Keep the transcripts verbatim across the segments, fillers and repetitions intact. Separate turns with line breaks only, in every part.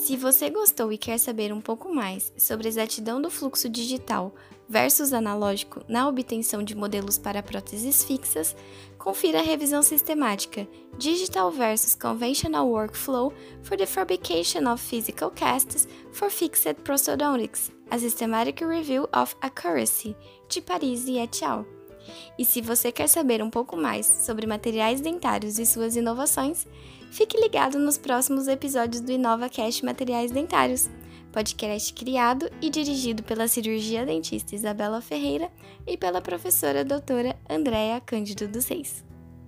Se você gostou e quer saber um pouco mais sobre a exatidão do fluxo digital versus analógico na obtenção de modelos para próteses fixas, confira a revisão sistemática Digital versus Conventional Workflow for the Fabrication of Physical Casts for Fixed Prosthodontics, a Systematic Review of Accuracy, de Parisi et al. E se você quer saber um pouco mais sobre materiais dentários e suas inovações, fique ligado nos próximos episódios do InovaCast Materiais Dentários, podcast criado e dirigido pela cirurgia dentista Isabela Ferreira e pela professora doutora Andréa Cândido dos Reis.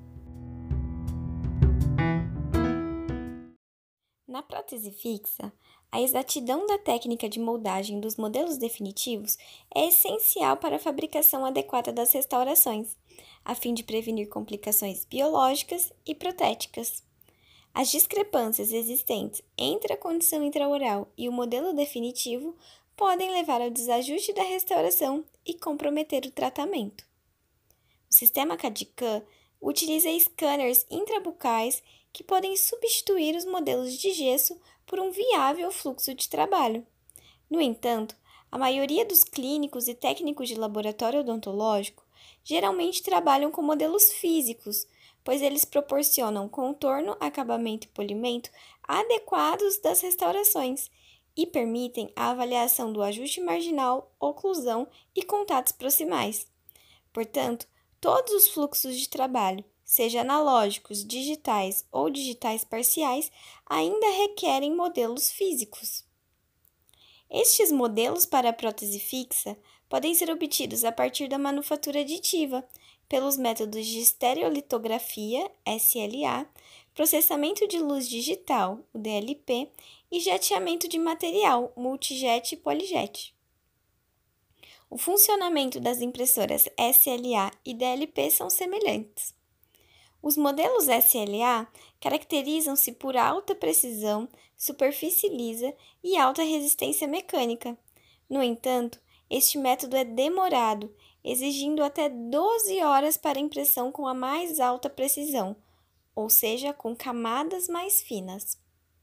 Na prótese fixa, a exatidão da técnica de moldagem dos modelos definitivos é essencial para a fabricação adequada das restaurações, a fim de prevenir complicações biológicas e protéticas. As discrepâncias existentes entre a condição intraoral e o modelo definitivo podem levar ao desajuste da restauração e comprometer o tratamento. O sistema C A D/C A M utiliza scanners intrabucais que podem substituir os modelos de gesso por um viável fluxo de trabalho. No entanto, a maioria dos clínicos e técnicos de laboratório odontológico geralmente trabalham com modelos físicos, pois eles proporcionam contorno, acabamento e polimento adequados das restaurações e permitem a avaliação do ajuste marginal, oclusão e contatos proximais. Portanto, todos os fluxos de trabalho, seja analógicos, digitais ou digitais parciais, ainda requerem modelos físicos. Estes modelos para a prótese fixa podem ser obtidos a partir da manufatura aditiva, pelos métodos de estereolitografia, S L A, processamento de luz digital, o D L P, e jeteamento de material, multijet e polijet. O funcionamento das impressoras S L A e D L P são semelhantes. Os modelos S L A caracterizam-se por alta precisão, superfície lisa e alta resistência mecânica. No entanto, este método é demorado, exigindo até doze horas para impressão com a mais alta precisão, ou seja, com camadas mais finas.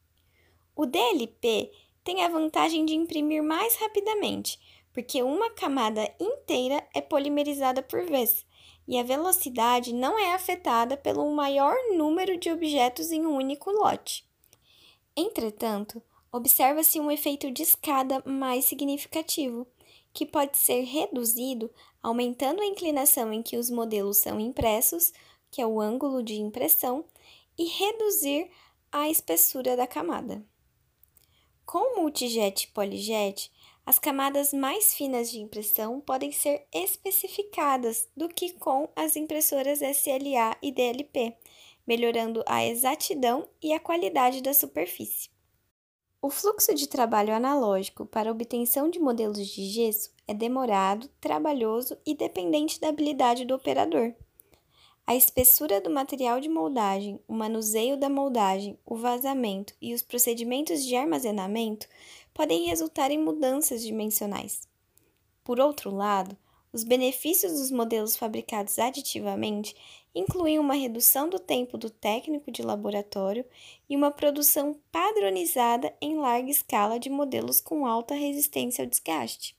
O D L P tem a vantagem de imprimir mais rapidamente, porque uma camada inteira é polimerizada por vez, e a velocidade não é afetada pelo maior número de objetos em um único lote. Entretanto, observa-se um efeito de escada mais significativo, que pode ser reduzido aumentando a inclinação em que os modelos são impressos, que é o ângulo de impressão, e reduzir a espessura da camada. Com multijet e polijet, as camadas mais finas de impressão podem ser especificadas do que com as impressoras S L A e D L P, melhorando a exatidão e a qualidade da superfície. O fluxo de trabalho analógico para obtenção de modelos de gesso é demorado, trabalhoso e dependente da habilidade do operador. A espessura do material de moldagem, o manuseio da moldagem, o vazamento e os procedimentos de armazenamento podem resultar em mudanças dimensionais. Por outro lado, os benefícios dos modelos fabricados aditivamente incluem uma redução do tempo do técnico de laboratório e uma produção padronizada em larga escala de modelos com alta resistência ao desgaste.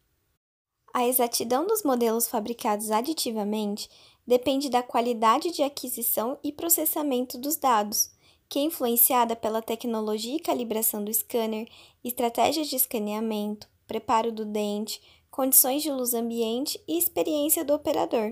A exatidão dos modelos fabricados aditivamente depende da qualidade de aquisição e processamento dos dados, que é influenciada pela tecnologia e calibração do scanner, estratégias de escaneamento, preparo do dente, condições de luz ambiente e experiência do operador.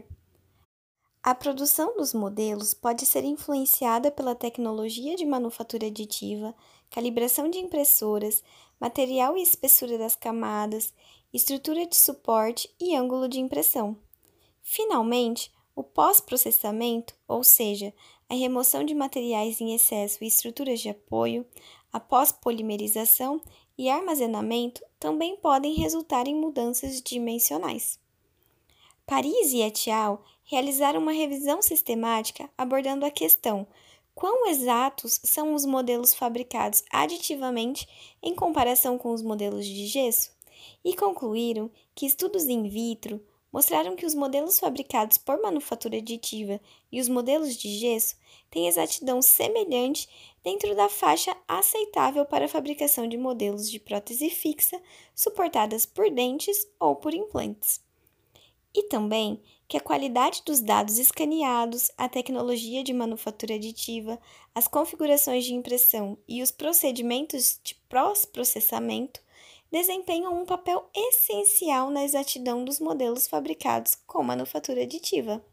A produção dos modelos pode ser influenciada pela tecnologia de manufatura aditiva, calibração de impressoras, material e espessura das camadas, estrutura de suporte e ângulo de impressão. Finalmente, o pós-processamento, ou seja, a remoção de materiais em excesso e estruturas de apoio, a pós-polimerização e armazenamento também podem resultar em mudanças dimensionais. Parisi et al. Realizaram uma revisão sistemática abordando a questão: quão exatos são os modelos fabricados aditivamente em comparação com os modelos de gesso? E concluíram que estudos in vitro mostraram que os modelos fabricados por manufatura aditiva e os modelos de gesso têm exatidão semelhante dentro da faixa aceitável para a fabricação de modelos de prótese fixa suportadas por dentes ou por implantes. E também que a qualidade dos dados escaneados, a tecnologia de manufatura aditiva, as configurações de impressão e os procedimentos de pós-processamento desempenham um papel essencial na exatidão dos modelos fabricados com manufatura aditiva.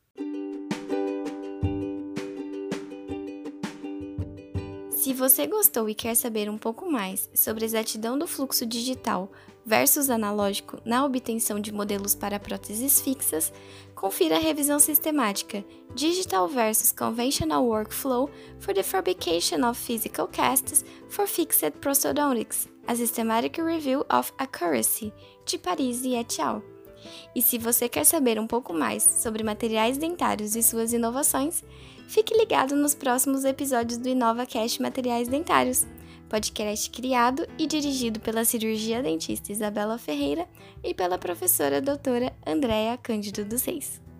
Se você gostou e quer saber um pouco mais sobre a exatidão do fluxo digital versus analógico na obtenção de modelos para próteses fixas, confira a revisão sistemática Digital versus Conventional Workflow for the Fabrication of Physical Casts for Fixed Prosthodontics, a Systematic Review of Accuracy, de Paris e et al. E se você quer saber um pouco mais sobre materiais dentários e suas inovações, fique ligado nos próximos episódios do InovaCast Materiais Dentários, podcast criado e dirigido pela cirurgia dentista Isabela Ferreira e pela professora doutora Andréa Cândido dos Reis.